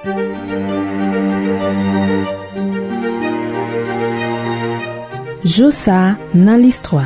Josa dans l'histoire.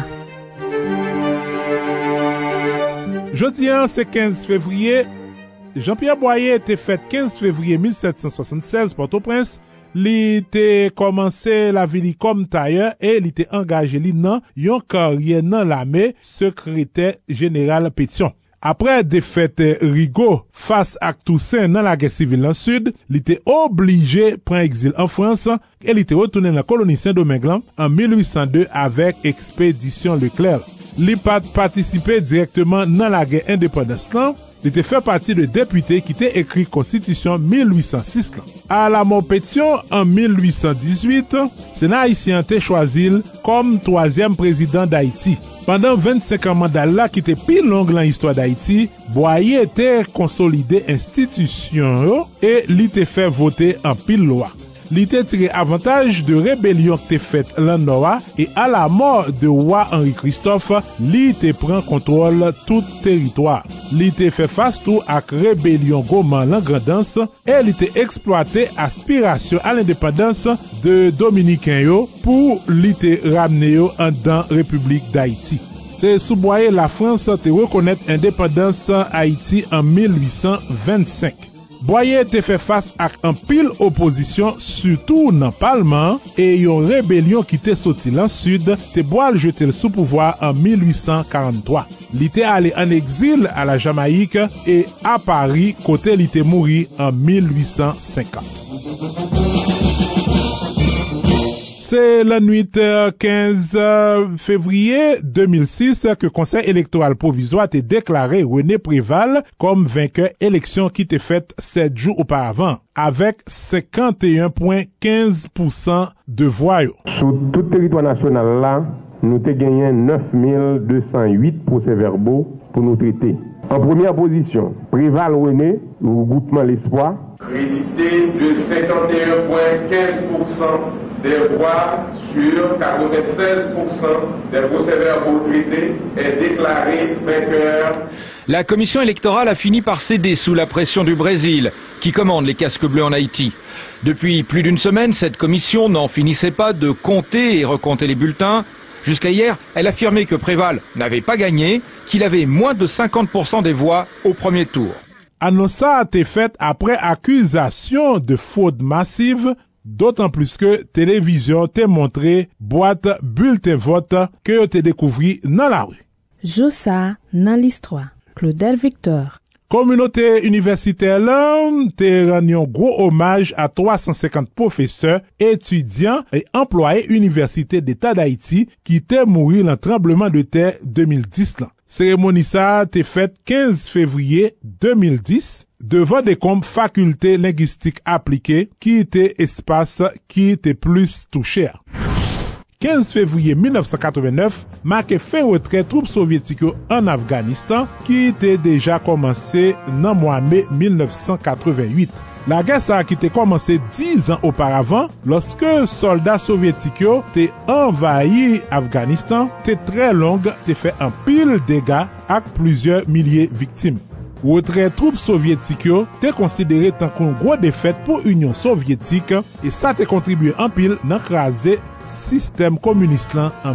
Jeudi, c'est 15 février. Jean-Pierre Boyer était fait 15 février 1776 Port-au-Prince. Il était commencé la vie comme tailleur et il était engagé dans une carrière dans l'armée, secrétaire général Pétion. Après défaite Rigaud face à Toussaint dans la guerre civile dans le sud, il était obligé de prendre exil en France et il était retourné dans la colonie Saint-Domingue en 1802 avec expédition Leclerc. Il a participé directement dans la guerre indépendance. Il était fait partie de députés qui étaient écrit Constitution 1806. À la mort Pétion en 1818, Sénat haïtien était choisi comme troisième président d'Haïti. Pendant 25 ans mandat là qui était plus long dans l'histoire d'Haïti, Boyer était consolidé institution et il était fait voter en pile loi. Il était tiré avantage de rébellion qui était faite l'an Nord et à la mort de roi Henri Christophe, il était prend contrôle tout territoire. Il était fait face tout à rébellion gourmand l'engrandance et il était exploité aspiration à l'indépendance de Dominicains pour l'était ramené en dans République d'Haïti. C'est sous Boyer la France te reconnaître indépendance Haïti en 1825. Boyer te fait face à un pile opposition, surtout dans le Parlement, et une rébellion qui te sorti dans le sud, te boile jeter sous pouvoir en 1843. Il était allé en exil à la Jamaïque et à Paris, côté il était mouru en 1850. C'est la nuit 15 février 2006 que le Conseil électoral provisoire a déclaré René Préval comme vainqueur élection qui était faite 7 jours auparavant, avec 51,15% de voix. Sur tout le territoire national là, nous avons gagné 9208 procès-verbaux pour nous traiter. En première position, Préval René, le regroupement L'Espoir, crédité de 51,15% des voix sur 96% des procès-verbaux traités est déclaré vainqueur. La commission électorale a fini par céder sous la pression du Brésil, qui commande les casques bleus en Haïti. Depuis plus d'une semaine, cette commission n'en finissait pas de compter et recompter les bulletins. Jusqu'à hier, elle affirmait que Préval n'avait pas gagné, qu'il avait moins de 50% des voix au premier tour. Annonce a été faite après accusation de fraude massive, d'autant plus que télévision t'a montré boîte bulletin vote que t'es découvert dans la rue. Josa dans l'histoire. Claudel Victor. Communauté universitaire là, t'es rendu un gros hommage à 350 professeurs, étudiants et employés université d'État d'Haïti qui t'es mouru dans le tremblement de terre 2010 là. Cérémonie ça t'est faite 15 février 2010 devant des comptes facultés linguistiques appliquées qui était espace qui était plus touché. 15 février 1989 marque fin retrait troupes soviétiques en Afghanistan qui était déjà commencé dans mois mai 1988. La guerre ça qui était commencé 10 ans auparavant lorsque soldats soviétiques t'ont envahi Afghanistan, t'est très longue, t'est fait un pile dégâts avec plusieurs milliers de victimes. Retrait troupes soviétiques t'est considéré tant qu'une grosse défaite pour l'Union soviétique et ça t'a contribué en pile dans craser système communiste en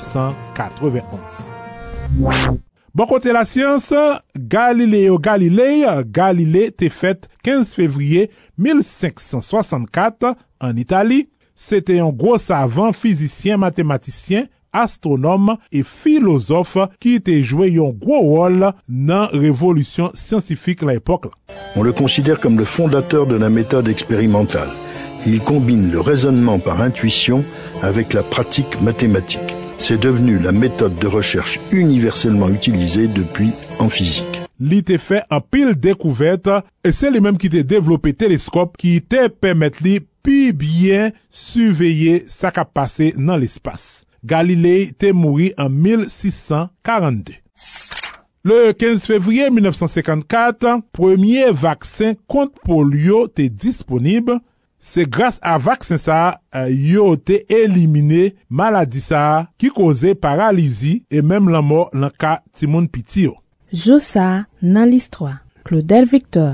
1991. Bon côté la science, Galilée t'est fait 15 février 1564 en Italie. C'était un gros savant, physicien, mathématicien, astronome et philosophe qui était joué un gros rôle dans la révolution scientifique à l'époque. On le considère comme le fondateur de la méthode expérimentale. Il combine le raisonnement par intuition avec la pratique mathématique. C'est devenu la méthode de recherche universellement utilisée depuis en physique. Il était fait en pile découverte et c'est lui-même qui a développé télescope qui te permettre lui plus bien surveiller ce qui a passé dans l'espace. Galilée était mort en 1642. Le 15 février 1954, premier vaccin contre polio était disponible. C'est grâce à vaccin ça, yo été éliminé maladie ça qui causait paralysie et même la mort dans cas Timon Pitio. Josa dans l'histoire. Claudel Victor.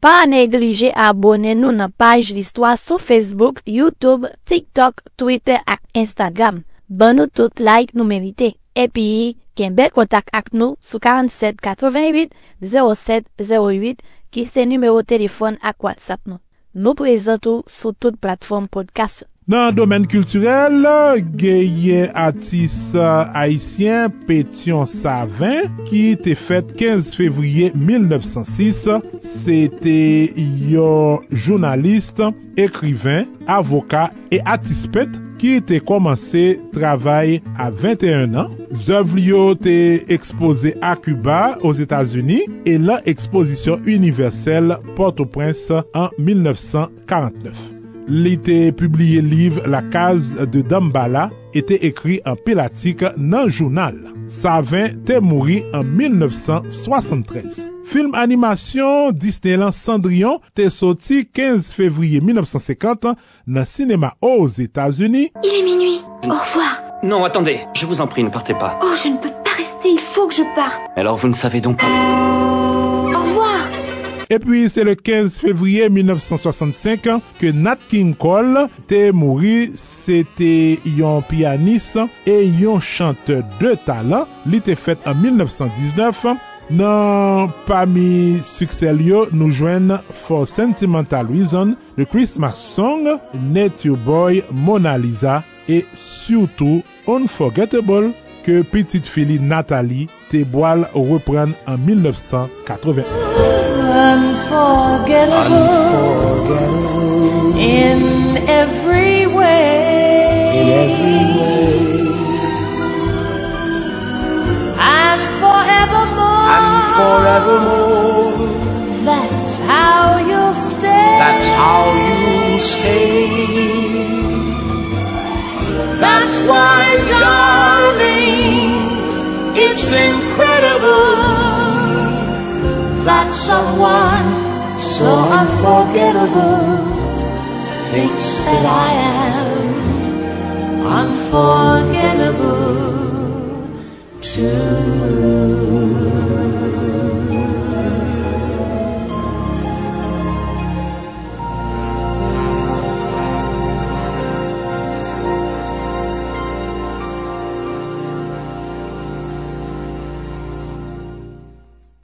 Pas négliger à abonner nous dans page l'histoire sur Facebook, YouTube, TikTok, Twitter et Instagram. Bon nous tout like nous mériter. Et puis, Kembel contact avec nous sur 47 88 07 08 qui c'est numéro de téléphone à WhatsApp nous. Nous présentons sur toute plateforme podcast. Dans le domaine culturel, gagne artiste haïtien Pétion Savin qui était fait 15 février 1906. C'était un journaliste, écrivain, avocat et artiste qui était commencé travail à 21 ans. Œuvres étaient exposées à Cuba, aux États-Unis et l'exposition universelle Port-au-Prince en 1949. L'été publié livre La case de Dambala était écrit en pélatique dans le journal. Savin t'est mouru en 1973. Film animation Disneyland Cendrillon t'est sorti 15 février 1950 dans le cinéma aux États-Unis. Il est minuit. Au revoir. Non, attendez, je vous en prie, ne partez pas. Oh, je ne peux pas rester, il faut que je parte. Alors vous ne savez donc pas. Au revoir. Et puis, c'est le 15 février 1965 que Nat King Cole t'est mouru. C'était un pianiste et un chanteur de talent. Il était fait en 1919. Dans parmi succès nous joignent For Sentimental Reason, The Christmas Song, Nature Boy, Mona Lisa et surtout Unforgettable que petite fille Nathalie Teboil reprend en 1991. Unforgettable in every way, and forevermore, that's how you'll stay, that's why, darling, it's incredible that someone so unforgettable thinks that I am unforgettable too.